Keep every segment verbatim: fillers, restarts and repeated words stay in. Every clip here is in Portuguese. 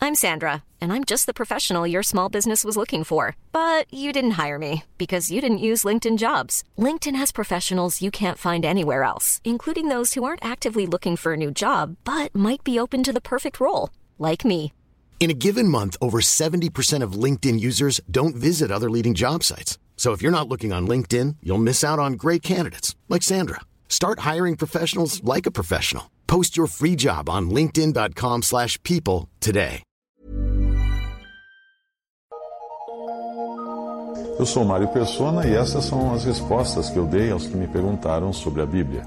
I'm Sandra, and I'm just the professional your small business was looking for. But you didn't hire me because you didn't use LinkedIn Jobs. LinkedIn has professionals you can't find anywhere else, including those who aren't actively looking for a new job, but might be open to the perfect role, like me. In a given month, over seventy percent of LinkedIn users don't visit other leading job sites. So if you're not looking on LinkedIn, you'll miss out on great candidates like Sandra. Start hiring professionals like a professional. Post your free job on linkedin dot com slash people today. Eu sou Mário Persona e essas são as respostas que eu dei aos que me perguntaram sobre a Bíblia.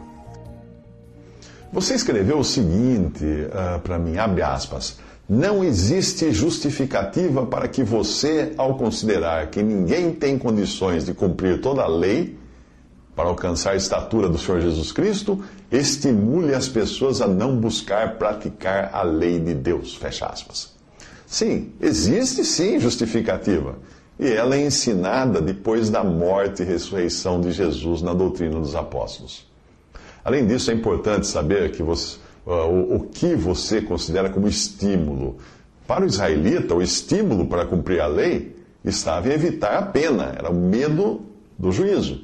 Você escreveu o seguinte uh, para mim, abre aspas. Não existe justificativa para que você, ao considerar que ninguém tem condições de cumprir toda a lei para alcançar a estatura do Senhor Jesus Cristo, estimule as pessoas a não buscar praticar a lei de Deus. Fecha aspas. Sim, existe sim justificativa. E ela é ensinada depois da morte e ressurreição de Jesus na doutrina dos apóstolos. Além disso, é importante saber que você, uh, o, o que você considera como estímulo. Para o israelita, o estímulo para cumprir a lei estava em evitar a pena, era o medo do juízo.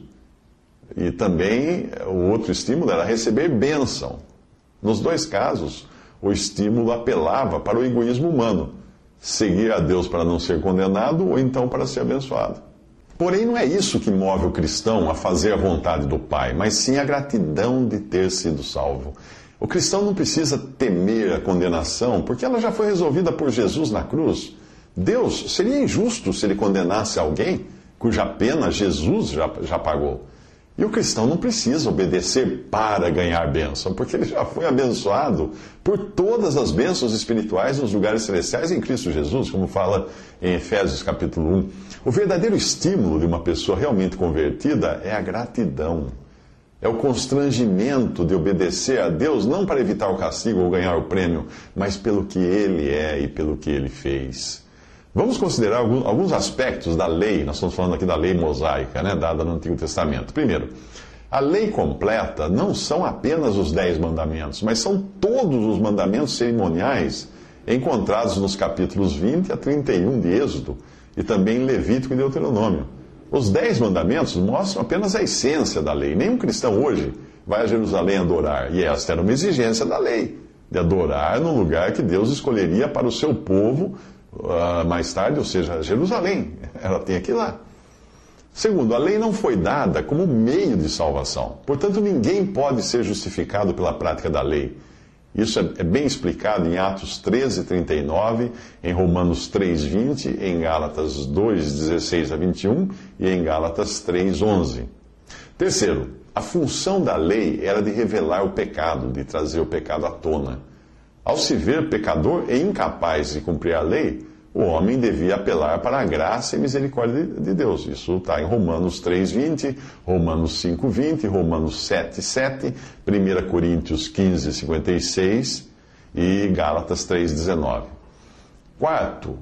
E também o outro estímulo era receber bênção. Nos dois casos, o estímulo apelava para o egoísmo humano. Seguir a Deus para não ser condenado ou então para ser abençoado. Porém, não é isso que move o cristão a fazer a vontade do Pai, mas sim a gratidão de ter sido salvo. O cristão não precisa temer a condenação, porque ela já foi resolvida por Jesus na cruz. Deus seria injusto se ele condenasse alguém cuja pena Jesus já, já pagou. E o cristão não precisa obedecer para ganhar bênção, porque ele já foi abençoado por todas as bênçãos espirituais nos lugares celestiais em Cristo Jesus, como fala em Efésios capítulo um. O verdadeiro estímulo de uma pessoa realmente convertida é a gratidão. É o constrangimento de obedecer a Deus, não para evitar o castigo ou ganhar o prêmio, mas pelo que Ele é e pelo que Ele fez. Vamos considerar alguns, alguns aspectos da lei, nós estamos falando aqui da lei mosaica, né, dada no Antigo Testamento. Primeiro, a lei completa não são apenas os dez mandamentos, mas são todos os mandamentos cerimoniais encontrados nos capítulos vinte a trinta e um de Êxodo e também em Levítico e Deuteronômio. Os dez mandamentos mostram apenas a essência da lei. Nenhum cristão hoje vai a Jerusalém adorar, e esta era uma exigência da lei, de adorar no lugar que Deus escolheria para o seu povo, Uh, mais tarde, ou seja, Jerusalém, ela tem que ir lá. Segundo, a lei não foi dada como meio de salvação. Portanto, ninguém pode ser justificado pela prática da lei. Isso é, é bem explicado em Atos treze, trinta e nove, em Romanos três, vinte, em Gálatas dois, dezesseis a vinte e um e em Gálatas três, onze. Terceiro, a função da lei era de revelar o pecado, de trazer o pecado à tona. Ao se ver pecador e incapaz de cumprir a lei, o homem devia apelar para a graça e misericórdia de Deus. Isso está em Romanos três, vinte, Romanos cinco, vinte, Romanos sete, sete, primeira Coríntios quinze, cinquenta e seis e Gálatas três, dezenove. Quarto,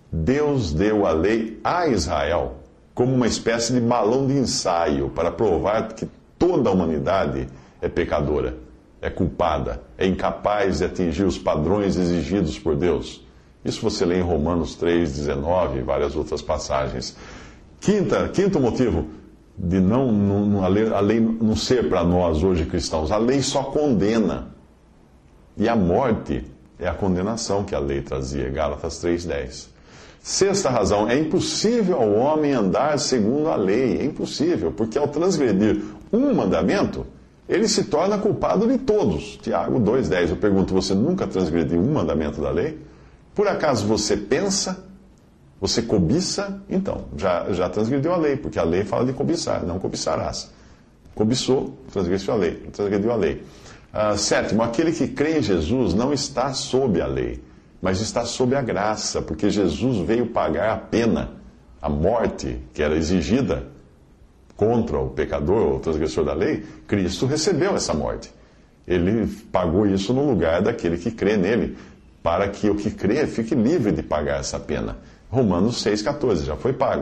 Deus deu a lei a Israel como uma espécie de balão de ensaio para provar que toda a humanidade é pecadora, é culpada, é incapaz de atingir os padrões exigidos por Deus. Isso você lê em Romanos três, dezenove e várias outras passagens. Quinta, quinto motivo de não, não a, lei, a lei não ser para nós hoje cristãos. A lei só condena. E a morte é a condenação que a lei trazia. Gálatas três, dez. Sexta razão, é impossível ao homem andar segundo a lei. É impossível, porque ao transgredir um mandamento, ele se torna culpado de todos. Tiago dois, dez. Eu pergunto, você nunca transgrediu um mandamento da lei? Por acaso você pensa? Você cobiça? Então, já, já transgrediu a lei, porque a lei fala de cobiçar, não cobiçarás. Cobiçou, transgrediu a lei. Transgrediu a lei. Uh, sétimo, aquele que crê em Jesus não está sob a lei, mas está sob a graça, porque Jesus veio pagar a pena, a morte que era exigida contra o pecador, o transgressor da lei. Cristo recebeu essa morte. Ele pagou isso no lugar daquele que crê nele, para que o que crê fique livre de pagar essa pena. Romanos seis, catorze, já foi pago.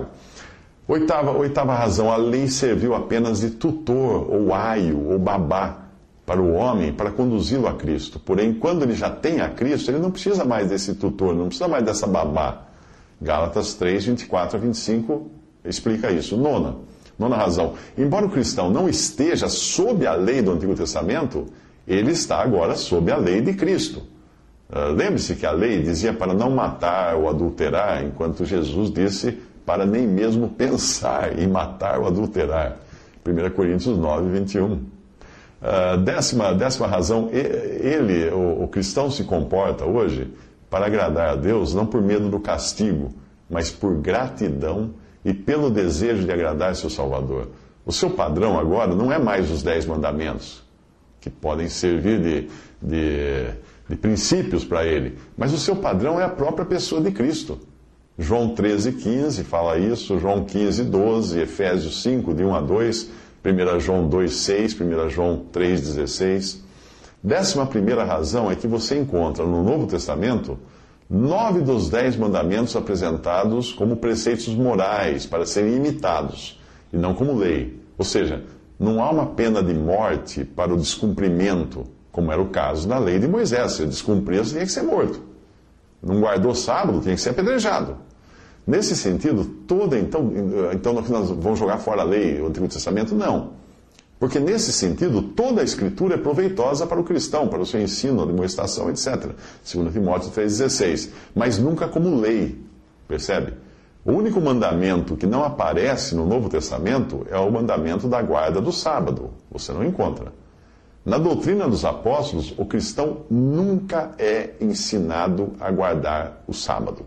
Oitava, oitava razão, a lei serviu apenas de tutor, ou aio, ou babá, para o homem para conduzi-lo a Cristo. Porém, quando ele já tem a Cristo, ele não precisa mais desse tutor, não precisa mais dessa babá. Gálatas três, vinte e quatro a vinte e cinco explica isso. Nona, nona razão. Embora o cristão não esteja sob a lei do Antigo Testamento, ele está agora sob a lei de Cristo. Uh, lembre-se que a lei dizia para não matar ou adulterar, enquanto Jesus disse para nem mesmo pensar em matar ou adulterar. primeira Coríntios nove, vinte e um. Uh, décima, décima razão, ele, o, o cristão se comporta hoje para agradar a Deus, não por medo do castigo, mas por gratidão e pelo desejo de agradar seu Salvador. O seu padrão agora não é mais os dez mandamentos, que podem servir de, de, de princípios para ele, mas o seu padrão é a própria pessoa de Cristo. João treze, quinze fala isso, João quinze, doze, Efésios cinco, de um a dois, primeira João dois, seis, primeira João três, dezesseis. Décima primeira razão é que você encontra no Novo Testamento nove dos dez mandamentos apresentados como preceitos morais para serem imitados, e não como lei. Ou seja, não há uma pena de morte para o descumprimento, como era o caso da lei de Moisés. Se ele descumpria, você tinha que ser morto. Não guardou sábado, tinha que ser apedrejado. Nesse sentido, toda, então, então nós vamos jogar fora a lei, o Antigo Testamento? Não. Porque nesse sentido, toda a Escritura é proveitosa para o cristão, para o seu ensino, admoestação, etcétera. segundo Timóteo três, dezesseis. Mas nunca como lei, percebe? O único mandamento que não aparece no Novo Testamento é o mandamento da guarda do sábado. Você não encontra. Na doutrina dos apóstolos, o cristão nunca é ensinado a guardar o sábado.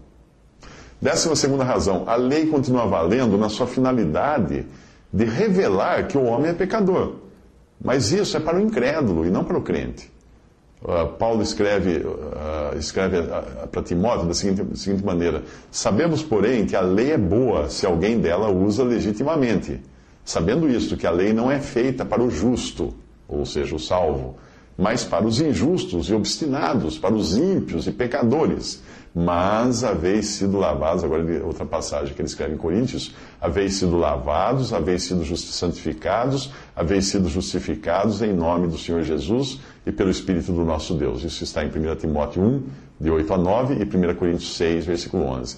Décima segunda razão, a lei continua valendo na sua finalidade de revelar que o homem é pecador. Mas isso é para o incrédulo e não para o crente. Uh, Paulo escreve, uh, escreve uh, para Timóteo da seguinte, da seguinte maneira: sabemos, porém, que a lei é boa se alguém dela usa legitimamente. Sabendo isto, que a lei não é feita para o justo, ou seja, o salvo, mas para os injustos e obstinados, para os ímpios e pecadores. Mas haveis sido lavados, agora outra passagem que ele escreve em Coríntios, haveis sido lavados, haveis sido santificados, haveis sido justificados em nome do Senhor Jesus e pelo Espírito do nosso Deus. Isso está em primeira Timóteo um, de oito a nove, e primeira Coríntios seis, versículo onze.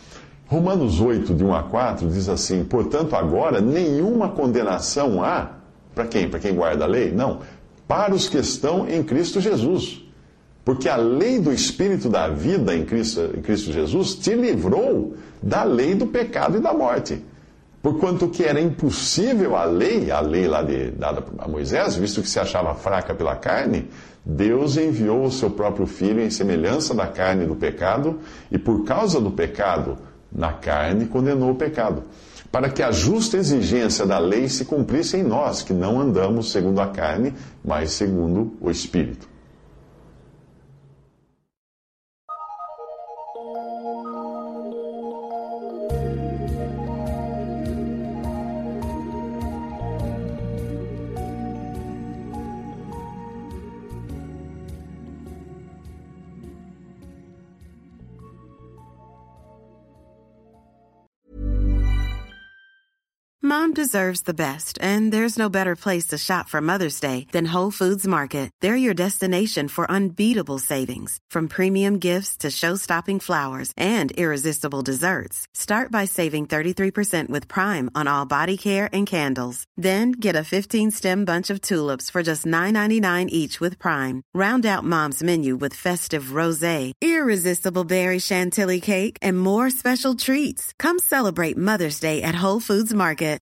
Romanos oito, de um a quatro, diz assim: portanto, agora nenhuma condenação há. Para quem? Para quem guarda a lei? Não. Para os que estão em Cristo Jesus. Porque a lei do Espírito da vida em Cristo, em Cristo Jesus te livrou da lei do pecado e da morte. Porquanto que era impossível a lei, a lei lá de, dada a Moisés, visto que se achava fraca pela carne, Deus enviou o seu próprio Filho em semelhança da carne do pecado, e por causa do pecado na carne condenou o pecado, para que a justa exigência da lei se cumprisse em nós, que não andamos segundo a carne, mas segundo o Espírito. Mom deserves the best, and there's no better place to shop for Mother's Day than Whole Foods Market. They're your destination for unbeatable savings, from premium gifts to show-stopping flowers and irresistible desserts. Start by saving thirty-three percent with Prime on all body care and candles. Then get a fifteen-stem bunch of tulips for just nine ninety-nine each with Prime. Round out Mom's menu with festive rosé, irresistible berry chantilly cake, and more special treats. Come celebrate Mother's Day at Whole Foods Market.